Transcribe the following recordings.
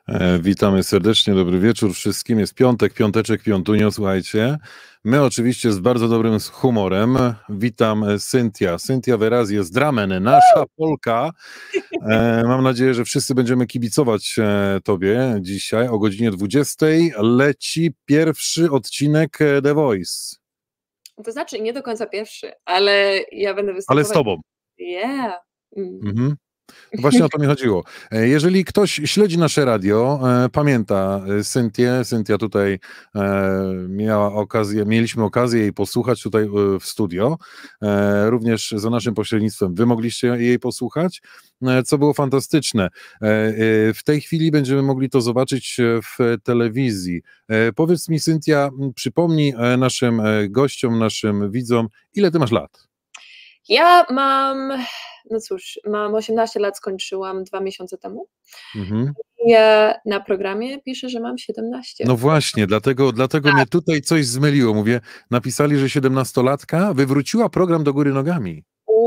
Witamy serdecznie, dobry wieczór wszystkim. Jest piątek, piąteczek, piątunio, słuchajcie. My oczywiście z bardzo dobrym humorem. Witam Cynthia. Cynthia Wyraz jest dramen, nasza Polka. Mam nadzieję, że wszyscy będziemy kibicować tobie dzisiaj. O godzinie 20 leci pierwszy odcinek The Voice. To znaczy nie do końca pierwszy, ale ja będę występować. Ale z tobą. Yeah. Mhm. Właśnie o to mi chodziło. Jeżeli ktoś śledzi nasze radio, pamięta Cynthię. Cynthia tutaj mieliśmy okazję jej posłuchać tutaj w studio. Również za naszym pośrednictwem wy mogliście jej posłuchać, co było fantastyczne. W tej chwili będziemy mogli to zobaczyć w telewizji. Powiedz mi, Cynthia, przypomnij naszym gościom, naszym widzom, ile ty masz lat? Ja mam, no cóż, mam 18 lat, skończyłam 2 miesiące temu. Mhm. I na programie piszę, że mam 17. No właśnie, dlatego mnie tutaj coś zmyliło. Mówię, napisali, że 17-latka wywróciła program do góry nogami.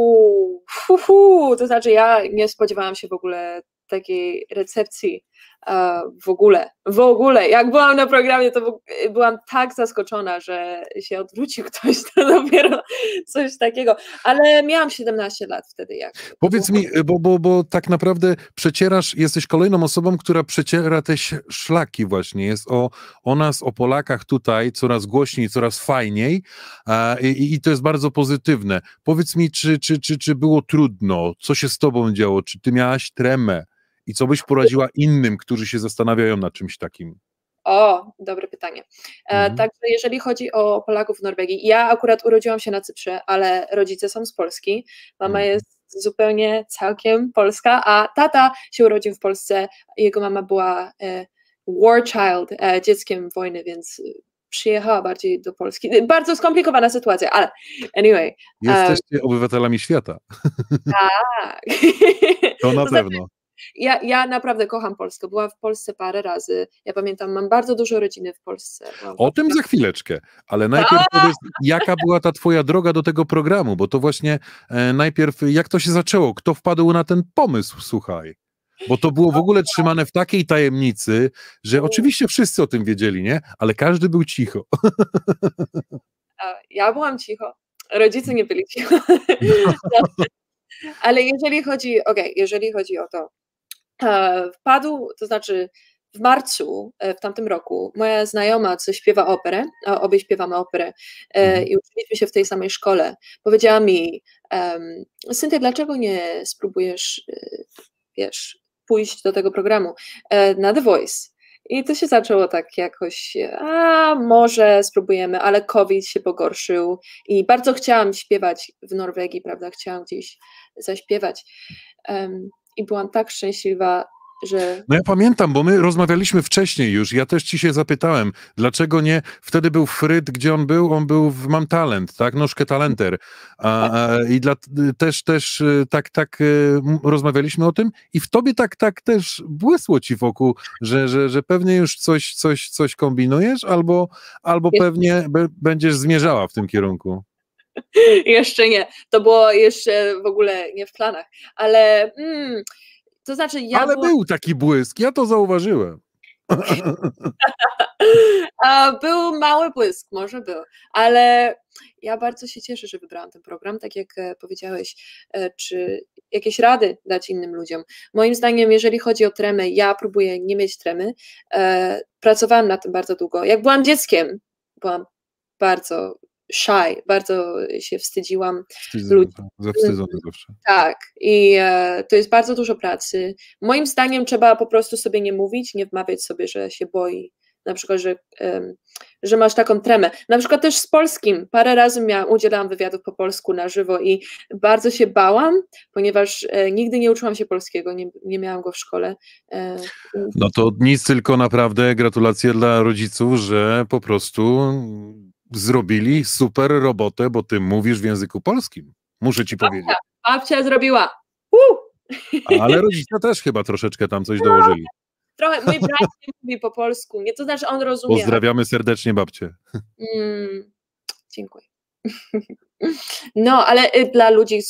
To znaczy ja nie spodziewałam się w ogóle takiej recepcji. W ogóle, jak byłam na programie, to byłam tak zaskoczona, że się odwrócił ktoś, to dopiero coś takiego, ale miałam 17 lat wtedy. Powiedz mi, bo tak naprawdę jesteś kolejną osobą, która przeciera te szlaki właśnie, jest o nas, o Polakach tutaj coraz głośniej, coraz fajniej i to jest bardzo pozytywne. Powiedz mi, czy było trudno, co się z tobą działo, czy ty miałaś tremę? I co byś poradziła innym, którzy się zastanawiają nad czymś takim? Dobre pytanie. Także jeżeli chodzi o Polaków w Norwegii, ja akurat urodziłam się na Cyprze, ale rodzice są z Polski. Mama jest zupełnie całkiem polska, a tata się urodził w Polsce. Jego mama była war child, dzieckiem wojny, więc przyjechała bardziej do Polski. Bardzo skomplikowana sytuacja, ale anyway. Jesteście obywatelami świata. Tak. To na pewno. Ja naprawdę kocham Polskę. Byłam w Polsce parę razy. Ja pamiętam, mam bardzo dużo rodziny w Polsce. O tym za chwileczkę, ale najpierw powiedz, jaka była ta twoja droga do tego programu, bo to właśnie najpierw, jak to się zaczęło? Kto wpadł na ten pomysł, słuchaj? Bo to było w ogóle trzymane w takiej tajemnicy, że oczywiście wszyscy o tym wiedzieli, nie? Ale każdy był cicho. Ja byłam cicho. Rodzice nie byli cicho. Ale jeżeli chodzi o to, wpadł, to znaczy w marcu w tamtym roku moja znajoma, co śpiewa operę, obie śpiewamy operę i uczyliśmy się w tej samej szkole, powiedziała mi, Cynthia, dlaczego nie spróbujesz, pójść do tego programu na The Voice? I to się zaczęło tak jakoś, może spróbujemy, ale COVID się pogorszył i bardzo chciałam śpiewać w Norwegii, prawda, chciałam gdzieś zaśpiewać i byłam tak szczęśliwa, że... No ja pamiętam, bo my rozmawialiśmy wcześniej już, ja też ci się zapytałem, dlaczego nie, wtedy był Fryd, gdzie on był? On był w Mam Talent, tak, Nóżkę Talenter i też tak rozmawialiśmy o tym i w tobie tak też błysło ci wokół, że pewnie już coś kombinujesz albo pewnie będziesz zmierzała w tym kierunku. Jeszcze nie, to było jeszcze w ogóle nie w planach, ale to znaczy Ale był taki błysk, ja to zauważyłem. Był mały błysk, może był, ale ja bardzo się cieszę, że wybrałam ten program, tak jak powiedziałeś, czy jakieś rady dać innym ludziom. Moim zdaniem, jeżeli chodzi o tremę, ja próbuję nie mieć tremy, pracowałam nad tym bardzo długo. Jak byłam dzieckiem, byłam bardzo shy, bardzo się wstydziłam ludzi. Zawstydzony zawsze. Tak, i to jest bardzo dużo pracy. Moim zdaniem trzeba po prostu sobie nie mówić, nie wmawiać sobie, że się boi, na przykład, że masz taką tremę. Na przykład też z polskim. Parę razy udzielałam wywiadów po polsku na żywo i bardzo się bałam, ponieważ nigdy nie uczyłam się polskiego, nie miałam go w szkole. No to nic, tylko naprawdę gratulacje dla rodziców, że po prostu zrobili super robotę, bo ty mówisz w języku polskim. Muszę ci powiedzieć. Babcia zrobiła. Ale rodzice też chyba troszeczkę tam coś dołożyli. Trochę, mój brat nie mówi po polsku, nie, to znaczy on rozumie. Pozdrawiamy serdecznie babcię. Dziękuję. No, ale dla ludzi, co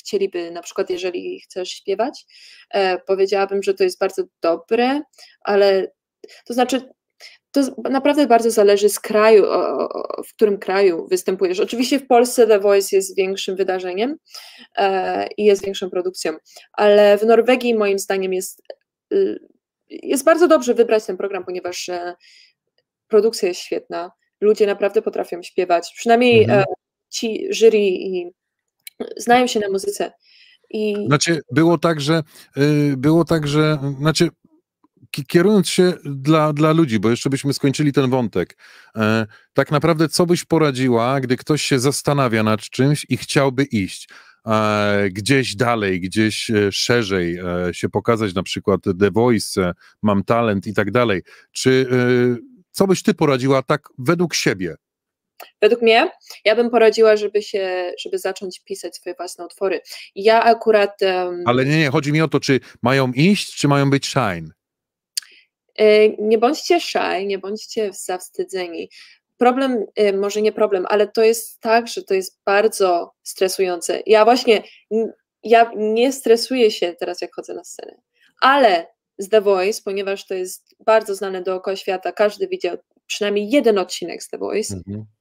chcieliby, na przykład jeżeli chcesz śpiewać, powiedziałabym, że to jest bardzo dobre, ale to znaczy, to naprawdę bardzo zależy z kraju, w którym kraju występujesz. Oczywiście w Polsce The Voice jest większym wydarzeniem i jest większą produkcją, ale w Norwegii moim zdaniem jest bardzo dobrze wybrać ten program, ponieważ produkcja jest świetna, ludzie naprawdę potrafią śpiewać, przynajmniej ci jury i znają się na muzyce. Znaczy, było tak, że znaczy, kierując się dla ludzi, bo jeszcze byśmy skończyli ten wątek, tak naprawdę co byś poradziła, gdy ktoś się zastanawia nad czymś i chciałby iść gdzieś dalej, gdzieś szerzej się pokazać, na przykład The Voice, Mam Talent i tak dalej. Co byś ty poradziła tak według siebie? Według mnie, ja bym poradziła, żeby zacząć pisać swoje własne utwory. Ja akurat... Ale nie, chodzi mi o to, czy mają iść, czy mają być shine? Nie bądźcie shy, nie bądźcie zawstydzeni. Problem, może nie problem, ale to jest tak, że to jest bardzo stresujące. Ja nie stresuję się teraz, jak chodzę na scenę, ale z The Voice, ponieważ to jest bardzo znane dookoła świata, każdy widział przynajmniej jeden odcinek z The Voice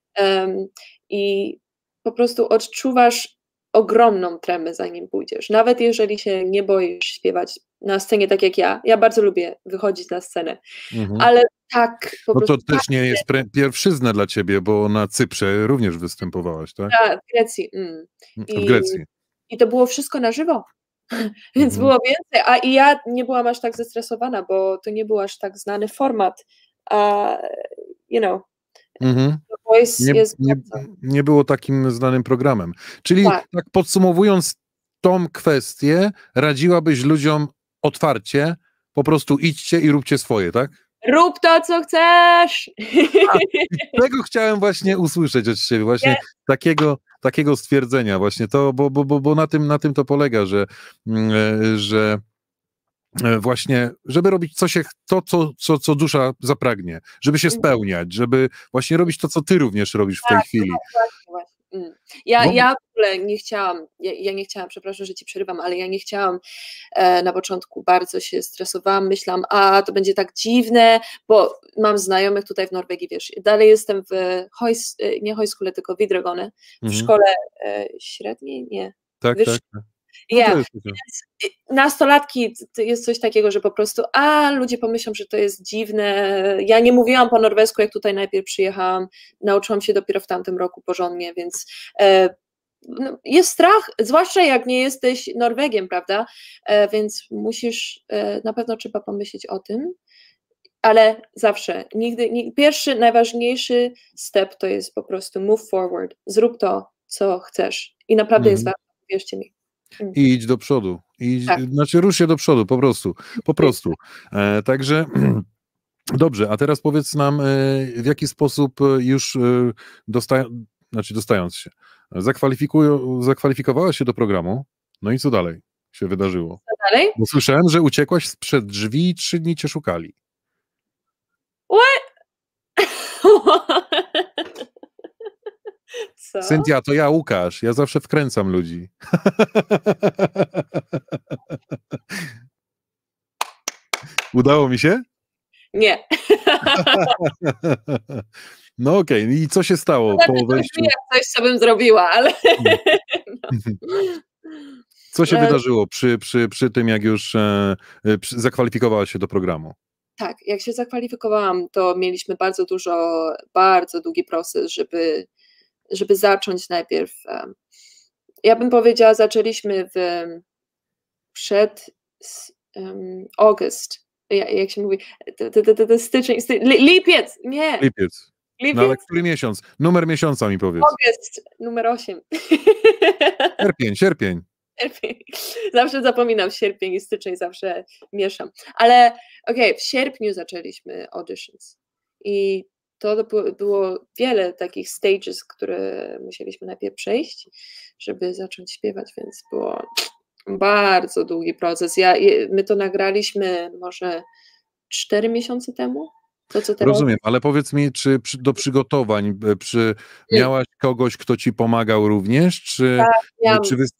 i po prostu odczuwasz ogromną tremę, zanim pójdziesz. Nawet jeżeli się nie boisz śpiewać na scenie tak jak ja. Ja bardzo lubię wychodzić na scenę, ale tak po prostu... No to też nie jest pierwszyzna dla ciebie, bo na Cyprze również występowałaś, tak? Tak, w Grecji. W Grecji. I to było wszystko na żywo, więc było więcej. I ja nie byłam aż tak zestresowana, bo to nie był aż tak znany format. Nie było takim znanym programem. Czyli tak podsumowując tą kwestię, radziłabyś ludziom otwarcie, po prostu idźcie i róbcie swoje, tak? Rób to, co chcesz! Tego chciałem właśnie usłyszeć od ciebie, właśnie takiego stwierdzenia, właśnie to, bo na tym to polega, że właśnie, żeby robić co dusza zapragnie, żeby się spełniać, żeby właśnie robić to, co ty również robisz w tej chwili. Ja w ogóle nie chciałam, przepraszam, że ci przerywam, ale ja nie chciałam na początku, bardzo się stresowałam, myślałam, to będzie tak dziwne, bo mam znajomych tutaj w Norwegii, wiesz, dalej jestem w nie high school, tylko Vidregone, w szkole średniej, nie. Tak. Więc nastolatki to jest coś takiego, że po prostu ludzie pomyślą, że to jest dziwne. Ja nie mówiłam po norwesku, jak tutaj najpierw przyjechałam, nauczyłam się dopiero w tamtym roku porządnie, więc jest strach, zwłaszcza jak nie jesteś Norwegiem, prawda, więc na pewno trzeba pomyśleć o tym, ale zawsze, pierwszy, najważniejszy step to jest po prostu move forward, zrób to, co chcesz i naprawdę jest warto, wierzcie mi. I idź do przodu. Znaczy rusz się do przodu, po prostu. Także dobrze, a teraz powiedz nam, w jaki sposób już dostając się, zakwalifikowałaś się do programu, no i co dalej się wydarzyło? Co dalej? Bo słyszałem, że uciekłaś sprzed drzwi i 3 dni cię szukali. What? Co? Cynthia, to ja, Łukasz. Ja zawsze wkręcam ludzi. Udało mi się? Nie. No okej. I co się stało po wejściu? Coś, co bym zrobiła, ale... Co się wydarzyło przy tym, jak już zakwalifikowałaś się do programu? Tak, jak się zakwalifikowałam, to mieliśmy bardzo długi proces, żeby zacząć najpierw. Ja bym powiedziała, zaczęliśmy przed august, jak się mówi, styczeń, lipiec, nie. Lipiec. No ale który miesiąc? Numer miesiąca mi powiedz. August, numer 8. Sierpień. Zawsze zapominam sierpień i styczeń, zawsze mieszam. Ale w sierpniu zaczęliśmy auditions i to było wiele takich stages, które musieliśmy najpierw przejść, żeby zacząć śpiewać, więc było bardzo długi proces. My to nagraliśmy może 4 miesiące temu. To, co teraz... Rozumiem, ale powiedz mi, czy do przygotowań miałaś kogoś, kto ci pomagał również, czy... Tak,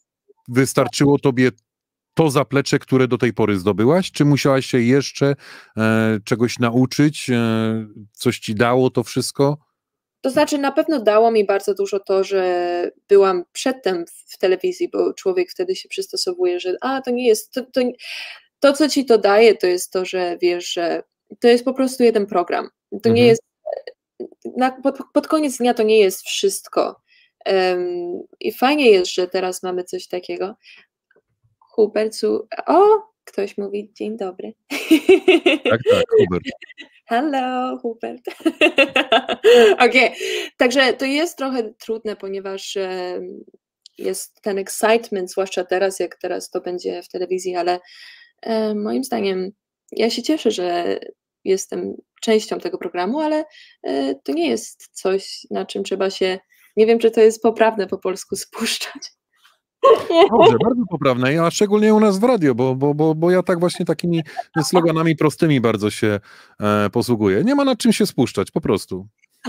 wystarczyło tobie to zaplecze, które do tej pory zdobyłaś, czy musiałaś się jeszcze czegoś nauczyć, coś ci dało to wszystko? To znaczy na pewno dało mi bardzo dużo to, że byłam przedtem w telewizji, bo człowiek wtedy się przystosowuje, że to nie jest, to co ci to daje, to jest to, że wiesz, że to jest po prostu jeden program. To nie jest, pod koniec dnia to nie jest wszystko. I fajnie jest, że teraz mamy coś takiego. Hubertu, ktoś mówi dzień dobry. Tak, Hubert. Hello, Hubert. Okej, także to jest trochę trudne, ponieważ jest ten excitement, zwłaszcza teraz, jak teraz to będzie w telewizji, ale moim zdaniem ja się cieszę, że jestem częścią tego programu, ale to nie jest coś, na czym trzeba się, nie wiem, czy to jest poprawne po polsku, spuszczać. Dobrze, bardzo poprawne, a szczególnie u nas w radio, bo ja tak właśnie takimi sloganami prostymi bardzo się posługuję. Nie ma nad czym się spuszczać, po prostu.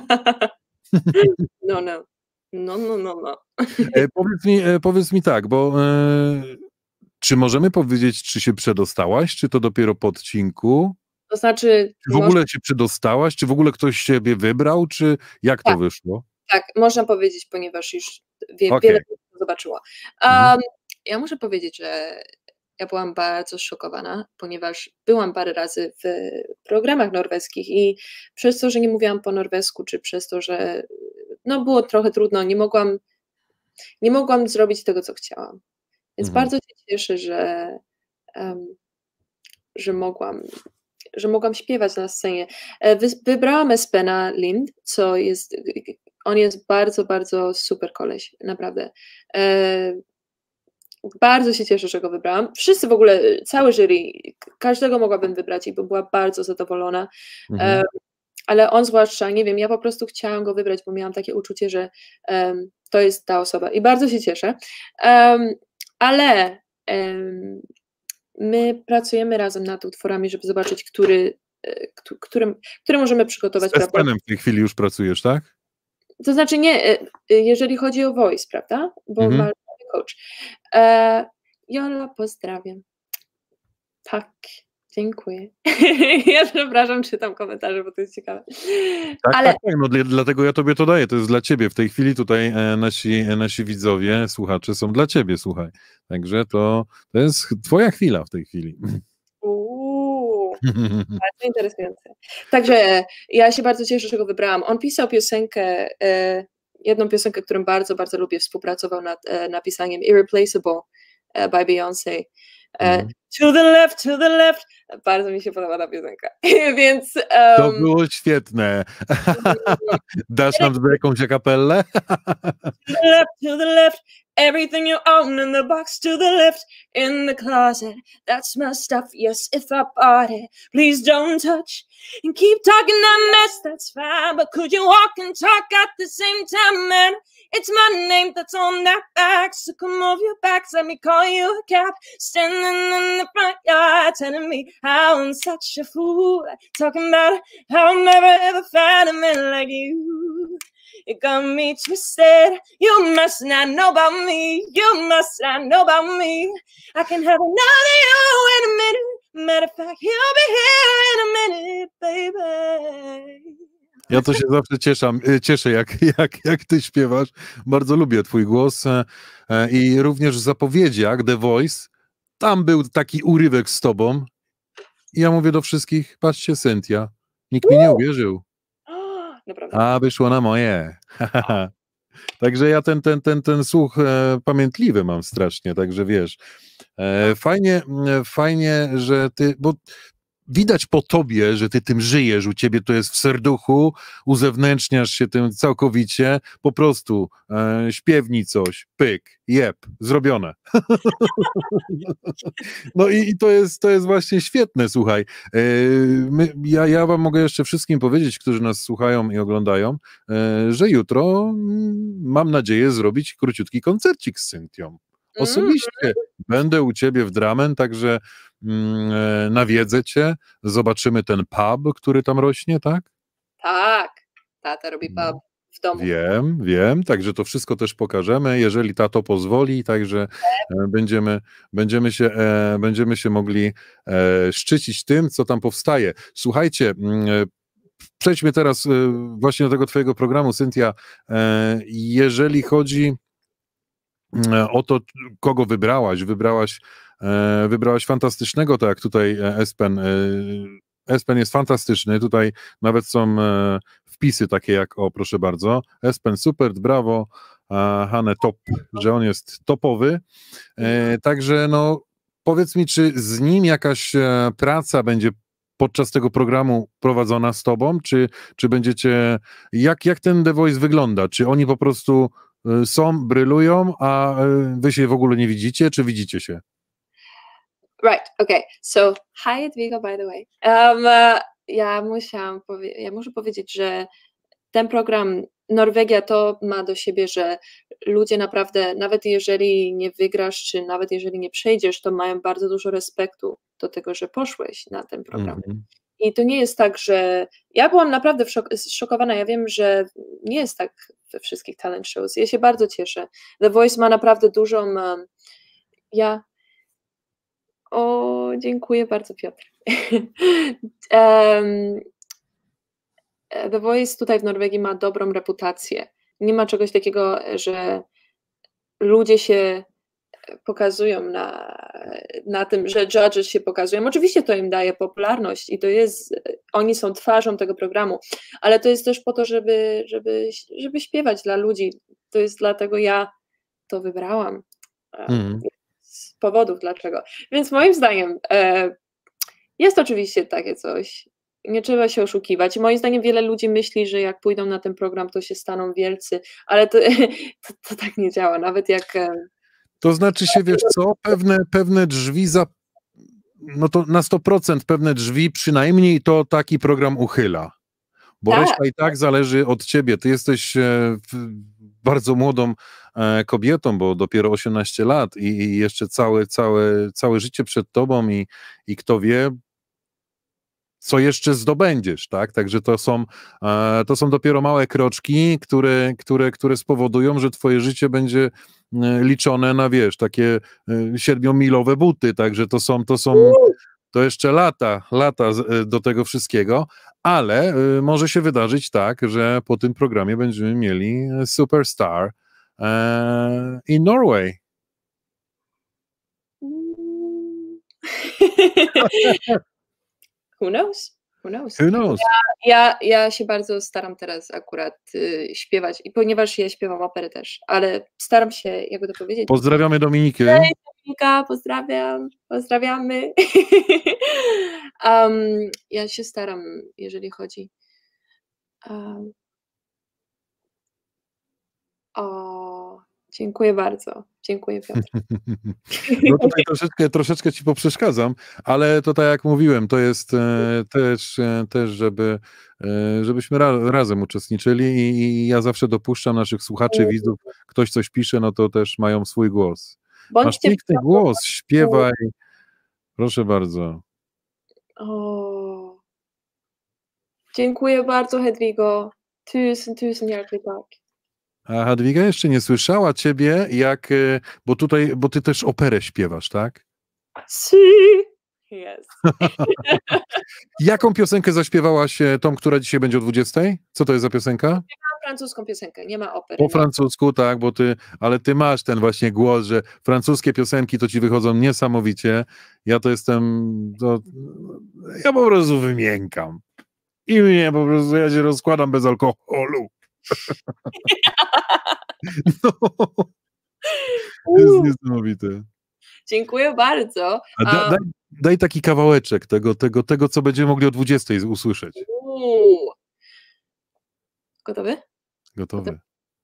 No. Powiedz mi tak, bo czy możemy powiedzieć, czy się przedostałaś, czy to dopiero po odcinku? To znaczy... Czy w ogóle się przedostałaś, czy w ogóle ktoś ciebie wybrał, czy jak to wyszło? Tak, można powiedzieć, ponieważ już wiele osób to zobaczyło. Ja muszę powiedzieć, że ja byłam bardzo szokowana, ponieważ byłam parę razy w programach norweskich i przez to, że nie mówiłam po norwesku, czy przez to, że było trochę trudno, nie mogłam zrobić tego, co chciałam. Więc bardzo się cieszę, że mogłam śpiewać na scenie. Wybrałam Espena Lind, on jest bardzo, bardzo super koleś, naprawdę. Bardzo się cieszę, że go wybrałam. Wszyscy w ogóle, cały jury, każdego mogłabym wybrać i była bardzo zadowolona. Ale on zwłaszcza, nie wiem, ja po prostu chciałam go wybrać, bo miałam takie uczucie, że to jest ta osoba i bardzo się cieszę. Ale my pracujemy razem nad utworami, żeby zobaczyć, które możemy przygotować. Z Espenem w tej chwili już pracujesz, tak? To znaczy nie, jeżeli chodzi o voice, prawda? Bo ma coach. Jola, pozdrawiam. Tak, dziękuję. Ja przepraszam, czytam komentarze, bo to jest ciekawe. Tak, no dlatego ja tobie to daję, to jest dla ciebie. W tej chwili tutaj nasi widzowie, słuchacze są dla ciebie, słuchaj. Także to jest twoja chwila w tej chwili. Bardzo interesujące. Także ja się bardzo cieszę, że go wybrałam. On pisał piosenkę, jedną piosenkę, którą bardzo, bardzo lubię. Współpracował nad napisaniem Irreplaceable by Beyoncé. To the left. Bardzo mi się podoba ta piosenka. Więc... to było świetne. Dasz nam jakąś akapellę? To the left. Everything you own in the box to the left, in the closet, that's my stuff, yes, if I bought it, please don't touch, and keep talking that mess, that's fine, but could you walk and talk at the same time, man? It's my name that's on that bag, so come over your backs, let me call you a cab, standing in the front yard, telling me how I'm such a fool, talking about how I'll never ever find a man like you. You got me twisted, you must not know about me, you must not know about me. I can have another you in a minute, matter of fact, he'll be here in a minute, baby. Ja to się zawsze cieszę, jak ty śpiewasz. Bardzo lubię twój głos i również w zapowiedziach The Voice, tam był taki urywek z tobą i ja mówię do wszystkich, patrzcie, Cynthia, nikt mi nie uwierzył. Naprawdę. A wyszło na moje. Także ja ten słuch pamiętliwy mam strasznie, także wiesz. Fajnie, że ty, bo widać po tobie, że ty tym żyjesz, u ciebie to jest w serduchu, uzewnętrzniasz się tym całkowicie, po prostu śpiewnij coś, pyk, jeb, zrobione. No i to jest właśnie świetne, słuchaj. Ja wam mogę jeszcze wszystkim powiedzieć, którzy nas słuchają i oglądają, że jutro mam nadzieję zrobić króciutki koncercik z Cynthią. Osobiście będę u ciebie w Drammen, także nawiedzę cię, zobaczymy ten pub, który tam rośnie, tak? Tak, tata robi pub w domu. Wiem, także to wszystko też pokażemy, jeżeli tato pozwoli, także będziemy się mogli szczycić tym, co tam powstaje. Słuchajcie, przejdźmy teraz właśnie do tego twojego programu, Cynthia. Jeżeli chodzi o to, kogo wybrałaś fantastycznego, tak jak tutaj Espen jest fantastyczny, tutaj nawet są wpisy takie jak, o proszę bardzo, Espen super, brawo, Hane top, że on jest topowy, także no powiedz mi, czy z nim jakaś praca będzie podczas tego programu prowadzona z tobą, czy będziecie, jak ten The Voice wygląda, czy oni po prostu są, brylują, a wy się w ogóle nie widzicie, czy widzicie się? Right, okay. So, hi Edwigo, by the way. Ja muszę powiedzieć, że ten program Norwegia to ma do siebie, że ludzie naprawdę, nawet jeżeli nie wygrasz, czy nawet jeżeli nie przejdziesz, to mają bardzo dużo respektu do tego, że poszłeś na ten program. I to nie jest tak, że ja byłam naprawdę zszokowana. Ja wiem, że nie jest tak we wszystkich talent shows. Ja się bardzo cieszę. The Voice ma naprawdę dużą... O, dziękuję bardzo, Piotr. The Voice tutaj w Norwegii ma dobrą reputację. Nie ma czegoś takiego, że ludzie się pokazują na tym, że judges się pokazują. Oczywiście to im daje popularność i to jest, oni są twarzą tego programu, ale to jest też po to, żeby śpiewać dla ludzi. To jest dlatego ja to wybrałam. Z powodów dlaczego. Więc moim zdaniem jest oczywiście takie coś. Nie trzeba się oszukiwać. I moim zdaniem wiele ludzi myśli, że jak pójdą na ten program, to się staną wielcy, ale to tak nie działa. Nawet jak... To znaczy się, wiesz co, pewne drzwi no to na 100% pewne drzwi przynajmniej to taki program uchyla. Bo tak, reszta i tak zależy od ciebie. Ty jesteś bardzo młodą kobietą, bo dopiero 18 lat i jeszcze całe życie przed tobą i kto wie, co jeszcze zdobędziesz, tak? Także to są dopiero małe kroczki, które spowodują, że twoje życie będzie liczone na, wiesz, takie 7-milowe buty, także to jeszcze lata do tego wszystkiego, ale może się wydarzyć tak, że po tym programie będziemy mieli Superstar in Norway. Who knows? Who knows? Who knows? Ja się bardzo staram teraz akurat śpiewać, i ponieważ ja śpiewam operę też, ale staram się, jakby to powiedzieć. Pozdrawiamy Dominikę. Cześć Dominika, pozdrawiamy. Ja się staram, jeżeli chodzi. Dziękuję bardzo. Dziękuję, Piotr. No tutaj troszeczkę ci poprzeszkadzam, ale to tak jak mówiłem, to jest też żebyśmy razem uczestniczyli i ja zawsze dopuszczam naszych słuchaczy, widzów, ktoś coś pisze, no to też mają swój głos. Masz piękny głos, śpiewaj. Proszę bardzo. Dziękuję bardzo, Hedwigo. Tusen hjärtligt tack. A Hedwiga jeszcze nie słyszała ciebie, bo ty też operę śpiewasz, tak? Si. Yes. Jaką piosenkę zaśpiewałaś, tą, która dzisiaj będzie o 20? Co to jest za piosenka? Śpiewałam francuską piosenkę, nie ma opery. Po francusku, tak, ale ty masz ten właśnie głos, że francuskie piosenki to ci wychodzą niesamowicie. Ja ja po prostu wymiękam. I mnie po prostu, ja się rozkładam bez alkoholu. No. Jest niesamowite. Dziękuję bardzo. Daj taki kawałeczek tego, co będziemy mogli o 20 usłyszeć. Gotowy? Gotowy.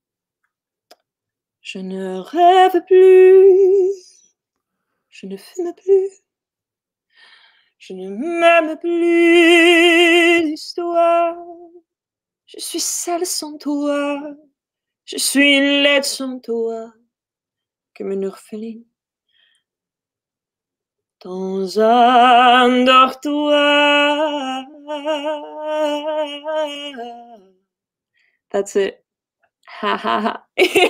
Je ne rêve plus, je ne fume plus, je ne m'aime plus, toi. Je suis seule sans toi, je suis laide sans toi, comme une orpheline dans un dortoir. That's it. ha, ha, ha.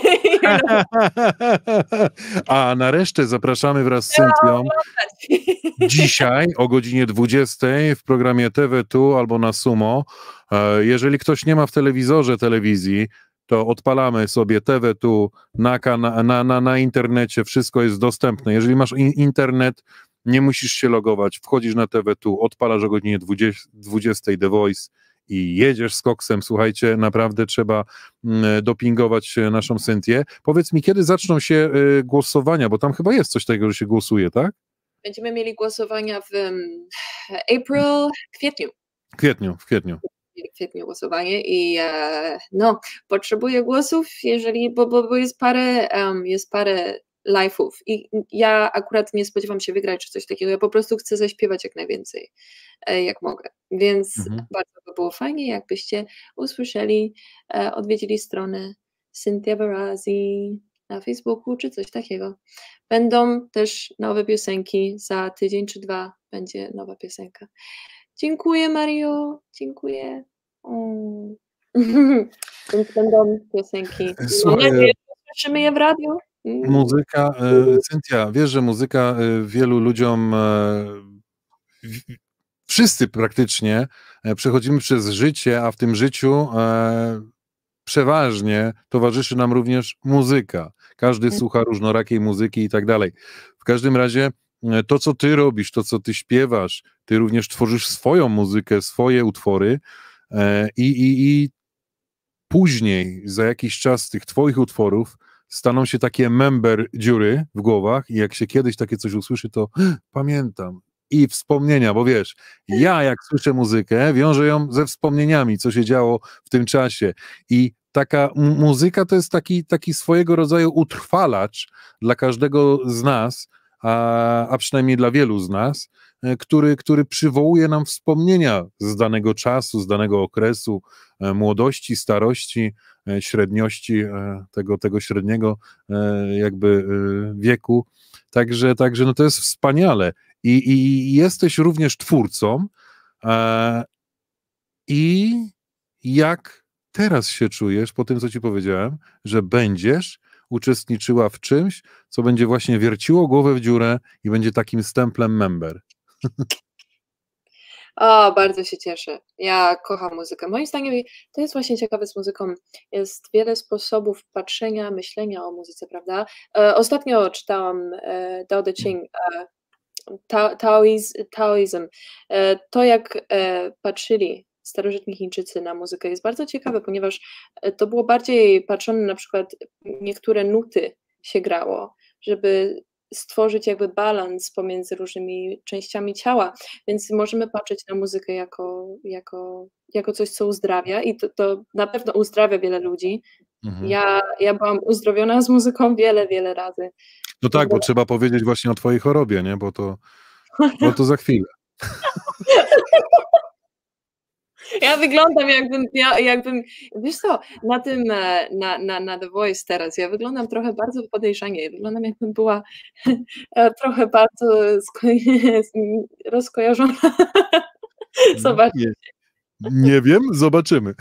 A na resztę zapraszamy wraz z Cynthią dzisiaj o godzinie 20 w programie TV2 albo na Sumo. Jeżeli ktoś nie ma w telewizorze telewizji, to odpalamy sobie TV2 na internecie, wszystko jest dostępne. Jeżeli masz internet, nie musisz się logować, wchodzisz na TV2, odpalasz o godzinie 20 The Voice i jedziesz z koksem. Słuchajcie, naprawdę trzeba dopingować naszą Cynthię. Powiedz mi, kiedy zaczną się głosowania, bo tam chyba jest coś takiego, że się głosuje, tak? Będziemy mieli głosowania w kwietniu. W kwietniu. W kwietniu głosowanie i no, potrzebuję głosów, bo jest parę live'ów i ja akurat nie spodziewam się wygrać czy coś takiego, ja po prostu chcę zaśpiewać jak najwięcej, jak mogę, więc bardzo by było fajnie, jakbyście usłyszeli, odwiedzili stronę Cynthia Barazzi na Facebooku czy coś takiego. Będą też nowe piosenki, za tydzień czy dwa będzie nowa piosenka. Dziękuję, Mario, dziękuję. Więc będą piosenki. Słuchaj, Słyszymy je w radiu. Muzyka, Cynthia, wiesz, że muzyka wielu ludziom, wszyscy praktycznie przechodzimy przez życie, a w tym życiu przeważnie towarzyszy nam również muzyka. Każdy słucha różnorakiej muzyki i tak dalej. W każdym razie to, co ty robisz, to, co ty śpiewasz, ty również tworzysz swoją muzykę, swoje utwory i później, za jakiś czas tych twoich utworów staną się takie dziury w głowach i jak się kiedyś takie coś usłyszy, to pamiętam. I wspomnienia, bo wiesz, ja jak słyszę muzykę, wiążę ją ze wspomnieniami, co się działo w tym czasie. I taka muzyka to jest taki swojego rodzaju utrwalacz dla każdego z nas, a przynajmniej dla wielu z nas, który przywołuje nam wspomnienia z danego czasu, z danego okresu, młodości, starości, średniości, tego średniego jakby wieku. Także no to jest wspaniale. I jesteś również twórcą. I jak teraz się czujesz po tym, co ci powiedziałem, że będziesz uczestniczyła w czymś, co będzie właśnie wierciło głowę w dziurę i będzie takim stemplem member? O, bardzo się cieszę. Ja kocham muzykę. Moim zdaniem to jest właśnie ciekawe z muzyką. Jest wiele sposobów patrzenia, myślenia o muzyce, prawda? Ostatnio czytałam Tao Te Ching, Taoizm. To, jak patrzyli starożytni Chińczycy na muzykę, jest bardzo ciekawe, ponieważ to było bardziej patrzone, na przykład niektóre nuty się grało, żeby stworzyć jakby balans pomiędzy różnymi częściami ciała, więc możemy patrzeć na muzykę jako coś, co uzdrawia i to na pewno uzdrawia wiele ludzi. Ja byłam uzdrowiona z muzyką wiele razy. No tak, bo trzeba powiedzieć właśnie o twojej chorobie, nie? Bo to za chwilę. Ja wyglądam jakbym, wiesz co, na The Voice teraz, ja wyglądam trochę bardzo podejrzanie, wyglądam jakbym była trochę bardzo rozkojarzona. Zobaczcie. Nie wiem, zobaczymy.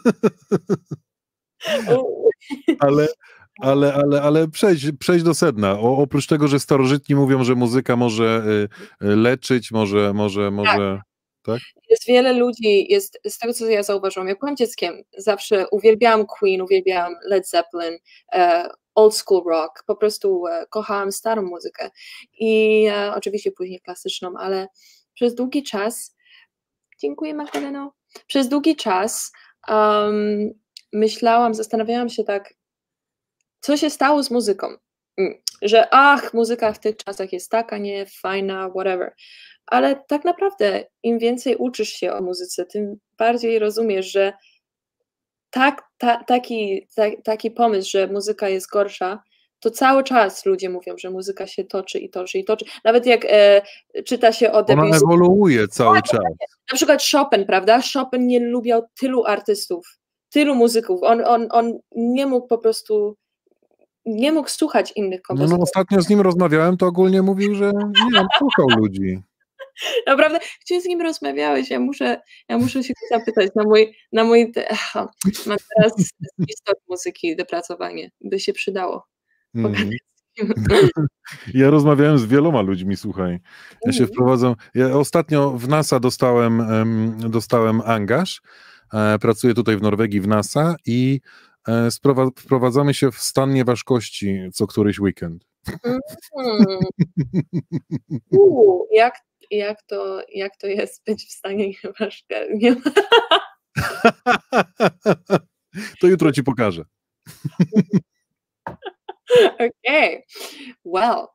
Ale przejdź do sedna. Oprócz tego, że starożytni mówią, że muzyka może leczyć, może tak? Jest wiele ludzi, z tego co ja zauważyłam, jak byłam dzieckiem, zawsze uwielbiałam Queen, uwielbiałam Led Zeppelin, old school rock, po prostu kochałam starą muzykę i oczywiście później klasyczną, ale przez długi czas, dziękuję Magdaleno, przez długi czas zastanawiałam się tak, co się stało z muzyką, że muzyka w tych czasach jest taka nie fajna, whatever. Ale tak naprawdę im więcej uczysz się o muzyce, tym bardziej rozumiesz, że taki pomysł, że muzyka jest gorsza, to cały czas ludzie mówią, że muzyka się toczy i toczy i toczy. Nawet jak czyta się o Debussy. Ona ewoluuje cały czas. Na przykład Chopin, prawda? Chopin nie lubiał tylu artystów, tylu muzyków. On nie mógł po prostu, nie mógł słuchać innych kompozytorów. No ostatnio z nim rozmawiałem, to ogólnie mówił, że nie, słuchał ludzi. Naprawdę, gdzie z nim rozmawiałeś? Ja muszę się go zapytać mam teraz historię muzyki, dopracowanie, by się przydało pogadać Mhm. z nim. Ja rozmawiałem z wieloma ludźmi, słuchaj. Ja się Mhm. wprowadzam. Ja ostatnio w NASA dostałem angaż. Pracuję tutaj w Norwegii w NASA i wprowadzamy się w stan nieważkości co któryś weekend. Mhm. U, jak to jest być w stanie nie To jutro ci pokażę. Okej. Well,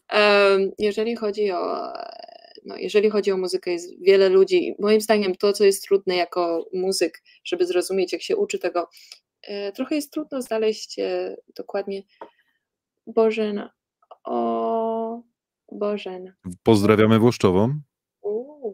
jeżeli chodzi o muzykę, jest wiele ludzi moim zdaniem to, co jest trudne jako muzyk, żeby zrozumieć, jak się uczy tego, trochę jest trudno znaleźć, dokładnie Bożena. O, Bożena. Pozdrawiamy Włoszczową. U.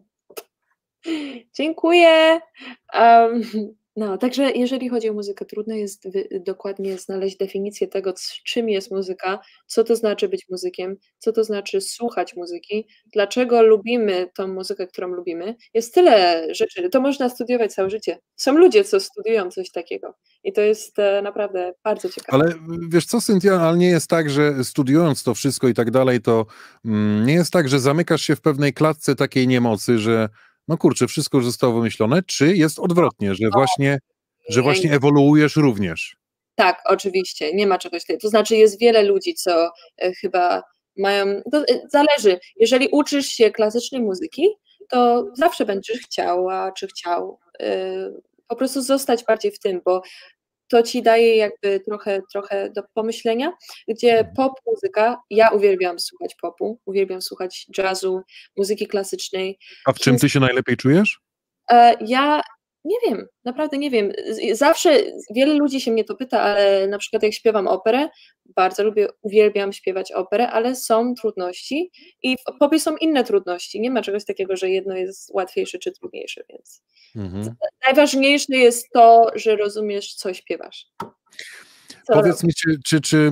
Dziękuję. Em, no, także jeżeli chodzi o muzykę, trudno jest dokładnie znaleźć definicję tego, czym jest muzyka, co to znaczy być muzykiem, co to znaczy słuchać muzyki, dlaczego lubimy tą muzykę, którą lubimy. Jest tyle rzeczy, to można studiować całe życie. Są ludzie, co studiują coś takiego i to jest naprawdę bardzo ciekawe. Ale wiesz co, Cynthia, ale nie jest tak, że studiując to wszystko i tak dalej, to nie jest tak, że zamykasz się w pewnej klatce takiej niemocy, że no kurczę, wszystko już zostało wymyślone, czy jest odwrotnie, że właśnie ewoluujesz również? Tak, oczywiście, nie ma czegoś takiego. To znaczy jest wiele ludzi, co chyba mają zależy. Jeżeli uczysz się klasycznej muzyki, to zawsze będziesz chciał po prostu zostać bardziej w tym, bo to ci daje jakby trochę do pomyślenia, gdzie pop muzyka, ja uwielbiam słuchać popu, uwielbiam słuchać jazzu, muzyki klasycznej. A w czym ty się najlepiej czujesz? Ja nie wiem, naprawdę nie wiem. Zawsze wiele ludzi się mnie to pyta, ale na przykład jak śpiewam operę, bardzo uwielbiam śpiewać operę, ale są trudności i w popie są inne trudności. Nie ma czegoś takiego, że jedno jest łatwiejsze czy trudniejsze, więc Mhm. najważniejsze jest to, że rozumiesz, co śpiewasz. Powiedz mi, czy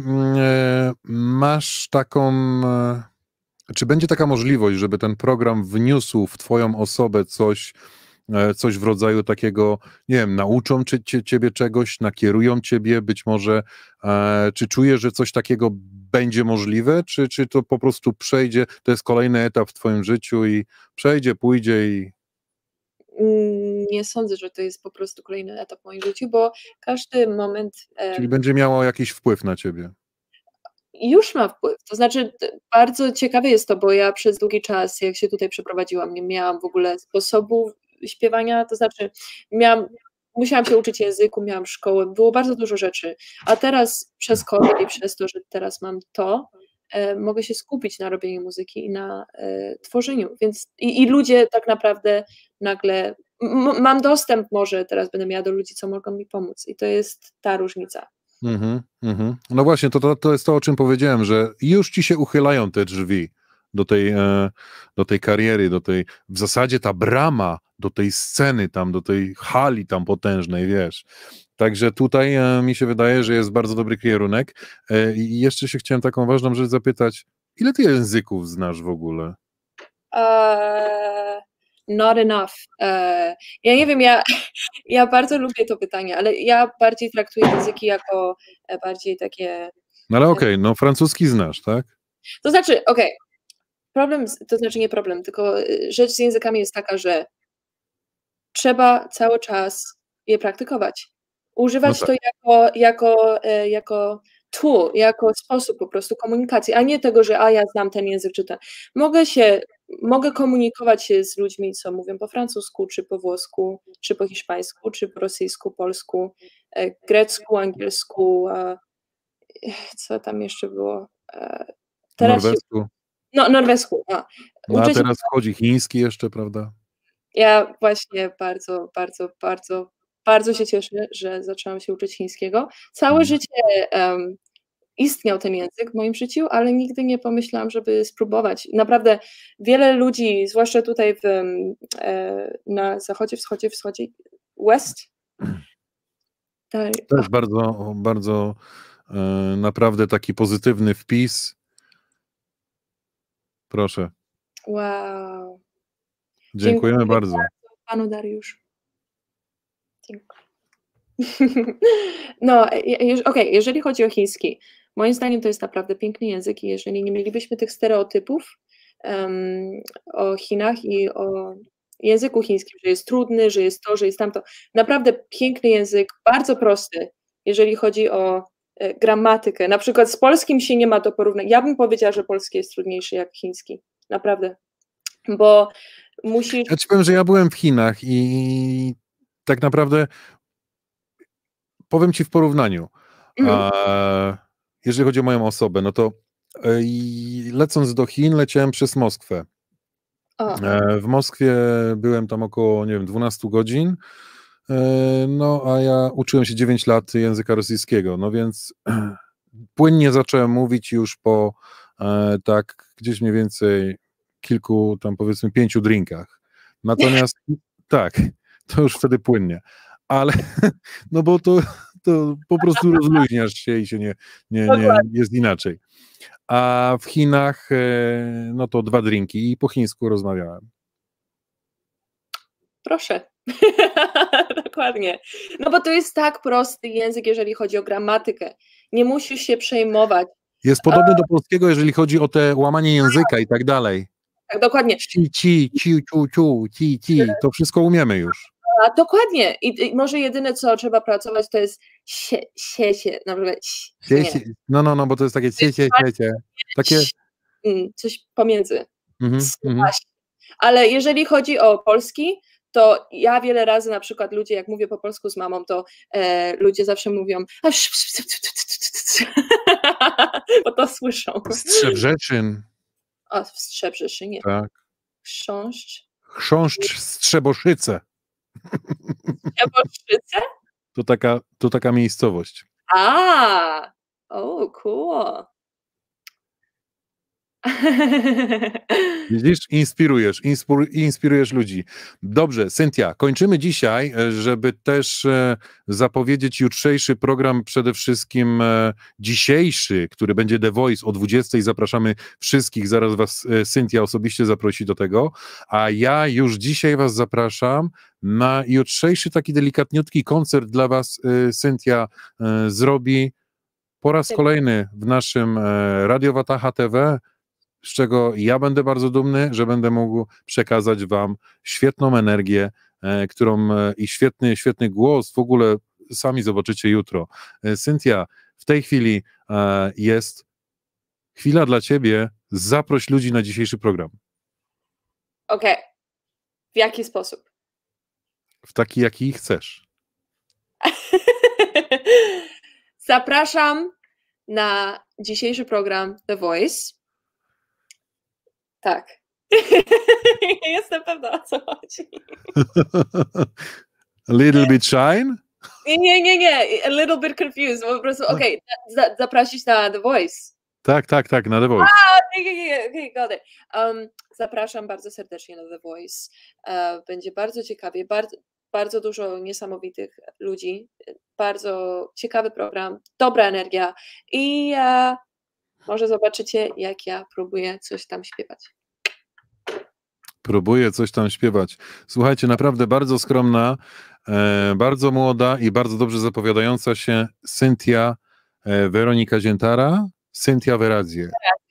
masz taką, czy będzie taka możliwość, żeby ten program wniósł w twoją osobę coś w rodzaju takiego, nie wiem, nauczą ciebie czegoś, nakierują ciebie, być może, czy czujesz, że coś takiego będzie możliwe, czy to po prostu przejdzie, to jest kolejny etap w twoim życiu i przejdzie, pójdzie i... Nie sądzę, że to jest po prostu kolejny etap w moim życiu, bo każdy moment Czyli będzie miało jakiś wpływ na ciebie. już ma wpływ. To znaczy, bardzo ciekawe jest to, bo ja przez długi czas, jak się tutaj przeprowadziłam, nie miałam w ogóle sposobu śpiewania, to znaczy musiałam się uczyć języku, miałam szkołę, było bardzo dużo rzeczy, a teraz przez COVID i przez to, że teraz mam to, mogę się skupić na robieniu muzyki i na tworzeniu, więc i ludzie tak naprawdę nagle, mam dostęp może, teraz będę miała do ludzi, co mogą mi pomóc i to jest ta różnica. No właśnie, to jest to, o czym powiedziałem, że już ci się uchylają te drzwi do tej kariery, w zasadzie ta brama do tej sceny tam, do tej hali tam potężnej, wiesz. Także tutaj mi się wydaje, że jest bardzo dobry kierunek. I jeszcze się chciałem taką ważną rzecz zapytać, ile ty języków znasz w ogóle? Not enough. Ja nie wiem, ja bardzo lubię to pytanie, ale ja bardziej traktuję języki jako bardziej takie. No ale okej, no francuski znasz, tak? To znaczy, problem, to znaczy nie problem, tylko rzecz z językami jest taka, że trzeba cały czas je praktykować. No Używać tak. to jako tool, jako sposób po prostu komunikacji, a nie tego, że ja znam ten język czy ten. Mogę komunikować się z ludźmi, co mówią po francusku, czy po włosku, czy po hiszpańsku, czy po rosyjsku, polsku, grecku, angielsku, co tam jeszcze było? Teraz się Norwesku. norwesku, No a uczę się. teraz wchodzi chiński jeszcze, prawda? Ja właśnie bardzo, bardzo, bardzo, bardzo się cieszę, że zaczęłam się uczyć chińskiego. Całe życie istniał ten język w moim życiu, ale nigdy nie pomyślałam, żeby spróbować. Naprawdę wiele ludzi, zwłaszcza tutaj na zachodzie, wschodzie, west. To jest bardzo, bardzo naprawdę taki pozytywny wpis. Proszę. Wow. Dziękujemy bardzo. Panu Dariuszu. Dziękuję. No, okej, jeżeli chodzi o chiński, moim zdaniem to jest naprawdę piękny język i jeżeli nie mielibyśmy tych stereotypów o Chinach i o języku chińskim, że jest trudny, że jest to, że jest tamto, naprawdę piękny język, bardzo prosty, jeżeli chodzi o gramatykę. Na przykład z polskim się nie ma do porównania. Ja bym powiedziała, że polski jest trudniejszy jak chiński. Naprawdę. Bo musisz... Ja ci powiem, że ja byłem w Chinach i tak naprawdę powiem ci w porównaniu. Jeżeli chodzi o moją osobę, no to lecąc do Chin, leciałem przez Moskwę. W Moskwie byłem tam około, nie wiem, 12 godzin, no a ja uczyłem się 9 lat języka rosyjskiego, no więc płynnie zacząłem mówić już po tak gdzieś mniej więcej kilku, tam powiedzmy 5 drinkach. Natomiast tak, to już wtedy płynnie, ale no bo to po prostu rozluźniasz się i się nie jest inaczej. A w Chinach no to 2 drinki i po chińsku rozmawiałem. Proszę. Dokładnie. No bo to jest tak prosty język, jeżeli chodzi o gramatykę. Nie musisz się przejmować. Jest podobny do polskiego, jeżeli chodzi o te łamanie języka i tak dalej. Tak, dokładnie. Ci, to wszystko umiemy już. Dokładnie. I może jedyne, co trzeba pracować, to jest siecie. Na przykład no, bo to jest takie siecie. Takie... Coś pomiędzy. Ale jeżeli chodzi o polski, to ja wiele razy na przykład ludzie, jak mówię po polsku z mamą, to ludzie zawsze mówią bo to słyszą. Strzebrzeszyn. A, w Strzebrzeszynie. Tak. Chrząszcz Strzeboszyce. Strzeboszyce? To taka miejscowość. Cool. Widzisz? Inspirujesz ludzi. Dobrze, Cynthia, kończymy dzisiaj, żeby też zapowiedzieć jutrzejszy program, przede wszystkim dzisiejszy, który będzie The Voice o 20:00. Zapraszamy wszystkich, zaraz was Cynthia osobiście zaprosi do tego, a ja już dzisiaj was zapraszam na jutrzejszy taki delikatniutki koncert dla was Cynthia zrobi po raz kolejny w naszym Radio Wataha TV, z czego ja będę bardzo dumny, że będę mógł przekazać wam świetną energię, i świetny głos, w ogóle sami zobaczycie jutro. Cynthia, w tej chwili jest chwila dla ciebie, zaproś ludzi na dzisiejszy program. Okej. W jaki sposób? W taki, jaki chcesz. Zapraszam na dzisiejszy program The Voice. Tak. Jestem pewna, o co chodzi. A little bit shy? Nie. A little bit confused. Po prostu, zaprosić na The Voice. Tak, na The Voice. Okay, got it. Zapraszam bardzo serdecznie na The Voice. Będzie bardzo ciekawie, bardzo dużo niesamowitych ludzi, bardzo ciekawy program, dobra energia i może zobaczycie, jak ja próbuję coś tam śpiewać. Próbuję coś tam śpiewać. Słuchajcie, naprawdę bardzo skromna, bardzo młoda i bardzo dobrze zapowiadająca się Cynthia Weronika Ziętara, Cynthia Werazzi.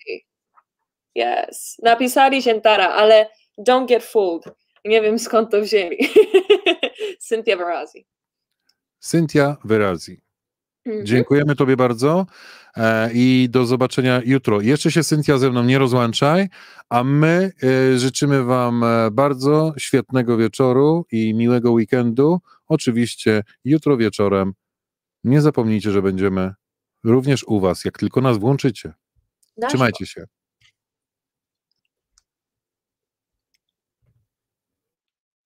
Yes. Napisali Ziętara, ale don't get fooled. Nie wiem, skąd to wzięli. Cynthia Werazzi. Cynthia Werazzi. Dziękujemy tobie bardzo i do zobaczenia jutro. Jeszcze się, Cynthia, ze mną nie rozłączaj, a my życzymy wam bardzo świetnego wieczoru i miłego weekendu. Oczywiście jutro wieczorem nie zapomnijcie, że będziemy również u was, jak tylko nas włączycie. Trzymajcie się.